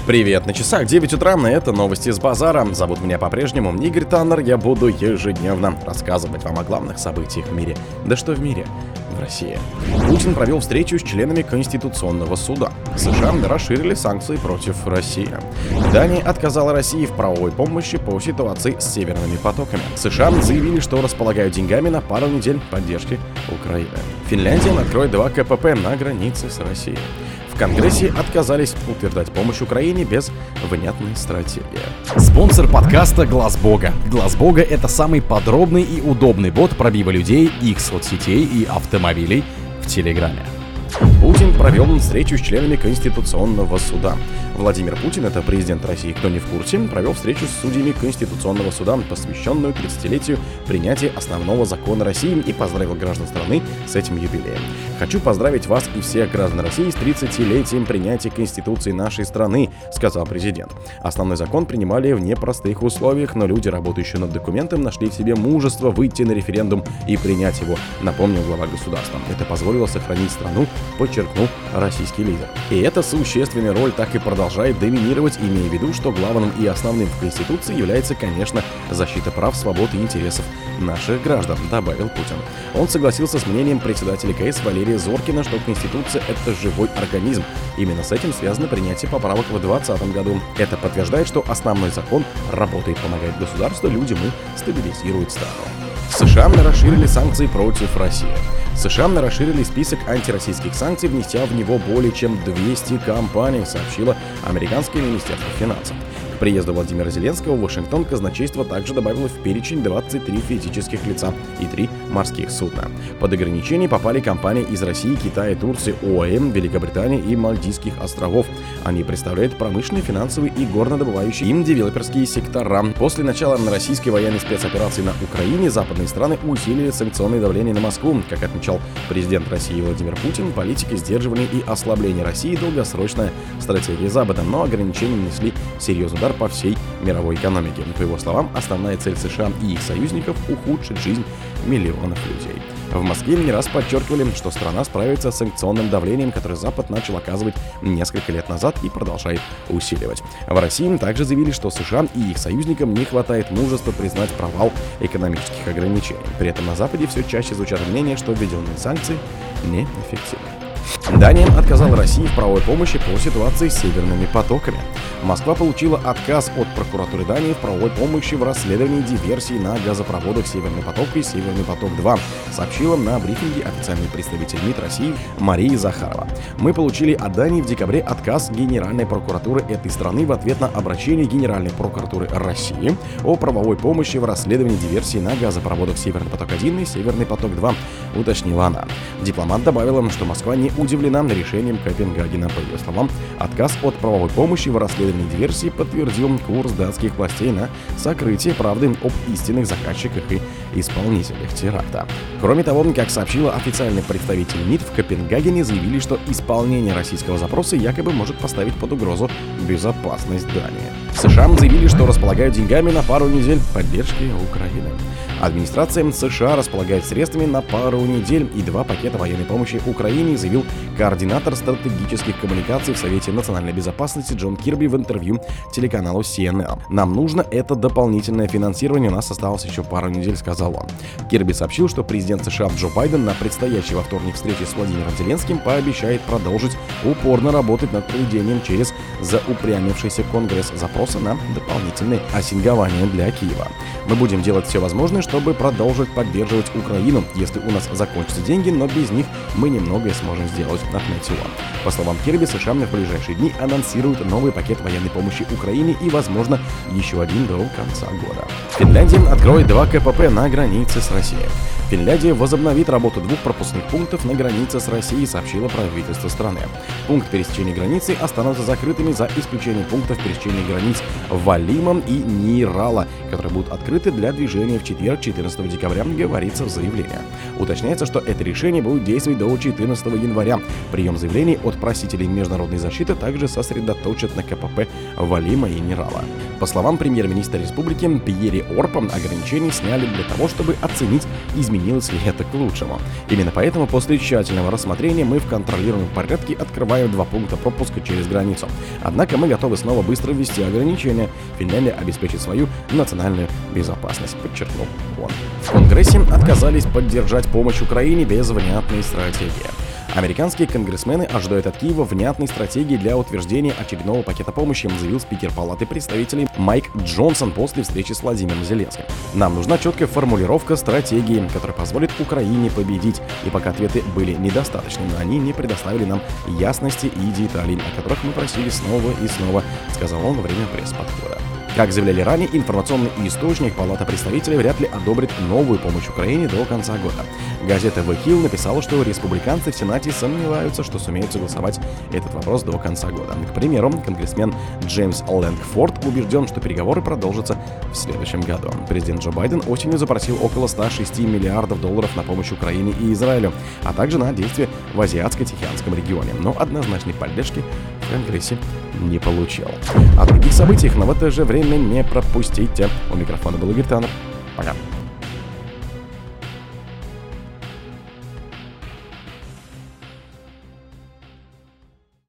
Привет, на часах 9 утра, это новости с базара. Зовут меня по-прежнему Игорь Таннер, я буду ежедневно рассказывать вам о главных событиях в мире. Да что в мире? В России. Путин провел встречу с членами Конституционного суда. США расширили санкции против России. Дания отказала России в правовой помощи по ситуации с северными потоками. США заявили, что располагают деньгами на пару недель поддержки Украины. Финляндия откроет 2 КПП на границе с Россией. В Конгрессе отказались утверждать помощь Украине без внятной стратегии. Спонсор подкаста Глаз Бога. Глаз Бога — это самый подробный и удобный бот пробива людей, их соцсетей и автомобилей в Телеграме. Путин провел встречу с членами Конституционного суда. Владимир Путин, это президент России, кто не в курсе, провел встречу с судьями Конституционного суда, посвященную 30-летию принятия основного закона России, и поздравил граждан страны с этим юбилеем. «Хочу поздравить вас и всех граждан России с 30-летием принятия Конституции нашей страны», сказал президент. Основной закон принимали в непростых условиях, но люди, работающие над документом, нашли в себе мужество выйти на референдум и принять его, напомнил глава государства. Это позволило сохранить страну, подчеркнул российский лидер. И эта существенная роль так и продолжает доминировать, имея в виду, что главным и основным в Конституции является, конечно, защита прав, свобод и интересов наших граждан, добавил Путин. Он согласился с мнением председателя КС Валерия Зоркина, что Конституция — это живой организм. Именно с этим связано принятие поправок в 2020 году. Это подтверждает, что основной закон работает, помогает государству, людям и стабилизирует страну. США расширили санкции против России. США расширили список антироссийских санкций, внеся в него более чем 200 компаний, сообщило американское министерство финансов. К приезду Владимира Зеленского в Вашингтон казначейство также добавило в перечень 23 физических лица и 3 морских судна. Под ограничения попали компании из России, Китая, Турции, ОАЭ, Великобритании и Мальдивских островов. Они представляют промышленные, финансовые и горнодобывающие и девелоперские сектора. После начала российской военной спецоперации на Украине западные страны усилили санкционное давление на Москву. Как отмечал президент России Владимир Путин, политика сдерживания и ослабления России — долгосрочная стратегия Запада, но ограничения нанесли серьезный удар по всей мировой экономике. По его словам, основная цель США и их союзников — ухудшить жизнь миллионов людей. В Москве не раз подчеркивали, что страна справится с санкционным давлением, которое Запад начал оказывать несколько лет назад и продолжает усиливать. В России также заявили, что США и их союзникам не хватает мужества признать провал экономических ограничений. При этом на Западе все чаще звучат мнения, что введенные санкции неэффективны. Дания отказала России в правовой помощи по ситуации с северными потоками. Москва получила отказ от прокуратуры Дании в правовой помощи в расследовании диверсий на газопроводах «Северный поток» и «Северный поток-2», сообщила на брифинге официальный представитель МИД России Мария Захарова. «Мы получили от Дании в декабре отказ Генеральной прокуратуры этой страны в ответ на обращение Генеральной прокуратуры России о правовой помощи в расследовании диверсий на газопроводах «Северный поток-1» и «Северный поток-2», уточнила она. Дипломат добавила, что Москва не удивлена решением Копенгагена. По ее словам, отказ от правовой помощи в расследовании диверсии подтвердил курс датских властей на сокрытие правды об истинных заказчиках и исполнителях теракта. Кроме того, как сообщила официальный представитель МИД, в Копенгагене заявили, что исполнение российского запроса якобы может поставить под угрозу безопасность Дании. США заявили, что располагают деньгами на пару недель поддержки Украины. Администрация США располагает средствами на пару недель и 2 пакета военной помощи Украине, заявил координатор стратегических коммуникаций в Совете национальной безопасности Джон Кирби в интервью телеканалу CNN. «Нам нужно это дополнительное финансирование, у нас осталось еще пару недель», сказал он. Кирби сообщил, что президент США Джо Байден на предстоящей во вторник встрече с Владимиром Зеленским пообещает продолжить упорно работать над проведением через заупрямившийся Конгресс запроса на дополнительное ассигнование для Киева. «Мы будем делать все возможное, чтобы продолжить поддерживать Украину, если у нас закончатся деньги, но без них мы немногое сможем сделать», отметил он. По словам Кирби, США в ближайшие дни анонсируют новый пакет военной помощи Украине и, возможно, еще один до конца года. Финляндия откроет 2 КПП на границе с Россией. Финляндия возобновит работу 2 пропускных пунктов на границе с Россией, сообщило правительство страны. Пункт пересечения границы останутся закрытыми за исключением пунктов пересечения границ Валимом и Нирала, которые будут открыты для движения в четверг, 14 декабря, говорится в заявлении. Уточняется, что это решение будет действовать до 14 января. Прием заявлений от просителей международной защиты также сосредоточат на КПП Валима и Нирала. По словам премьер-министра республики Пьери Орпа, ограничения сняли для того, чтобы оценить изменения изменилось ли это к лучшему. Именно поэтому после тщательного рассмотрения мы в контролируемом порядке открываем 2 пункта пропуска через границу. Однако мы готовы снова быстро ввести ограничения. Финляндия обеспечит свою национальную безопасность, подчеркнул он. В Конгрессе отказались поддержать помощь Украине без внятной стратегии. Американские конгрессмены ожидают от Киева внятной стратегии для утверждения очередного пакета помощи, заявил спикер Палаты представителей Майк Джонсон после встречи с Владимиром Зеленским. Нам нужна четкая формулировка стратегии, которая позволит Украине победить. И пока ответы были недостаточными, они не предоставили нам ясности и деталей, о которых мы просили снова и снова, сказал он во время пресс-подхода. Как заявляли ранее, информационный источник Палата представителей вряд ли одобрит новую помощь Украине до конца года. Газета The Hill написала, что республиканцы в Сенате сомневаются, что сумеют согласовать этот вопрос до конца года. К примеру, конгрессмен Джеймс Лэнгфорд убежден, что переговоры продолжатся в следующем году. Президент Джо Байден осенью запросил около 106 миллиардов долларов на помощь Украине и Израилю, а также на действия в Азиатско-Тихоокеанском регионе, но однозначной поддержки в Конгрессе не получил. О других событиях, но в это же время не пропустите. У микрофона был Игорь Таннер. Пока.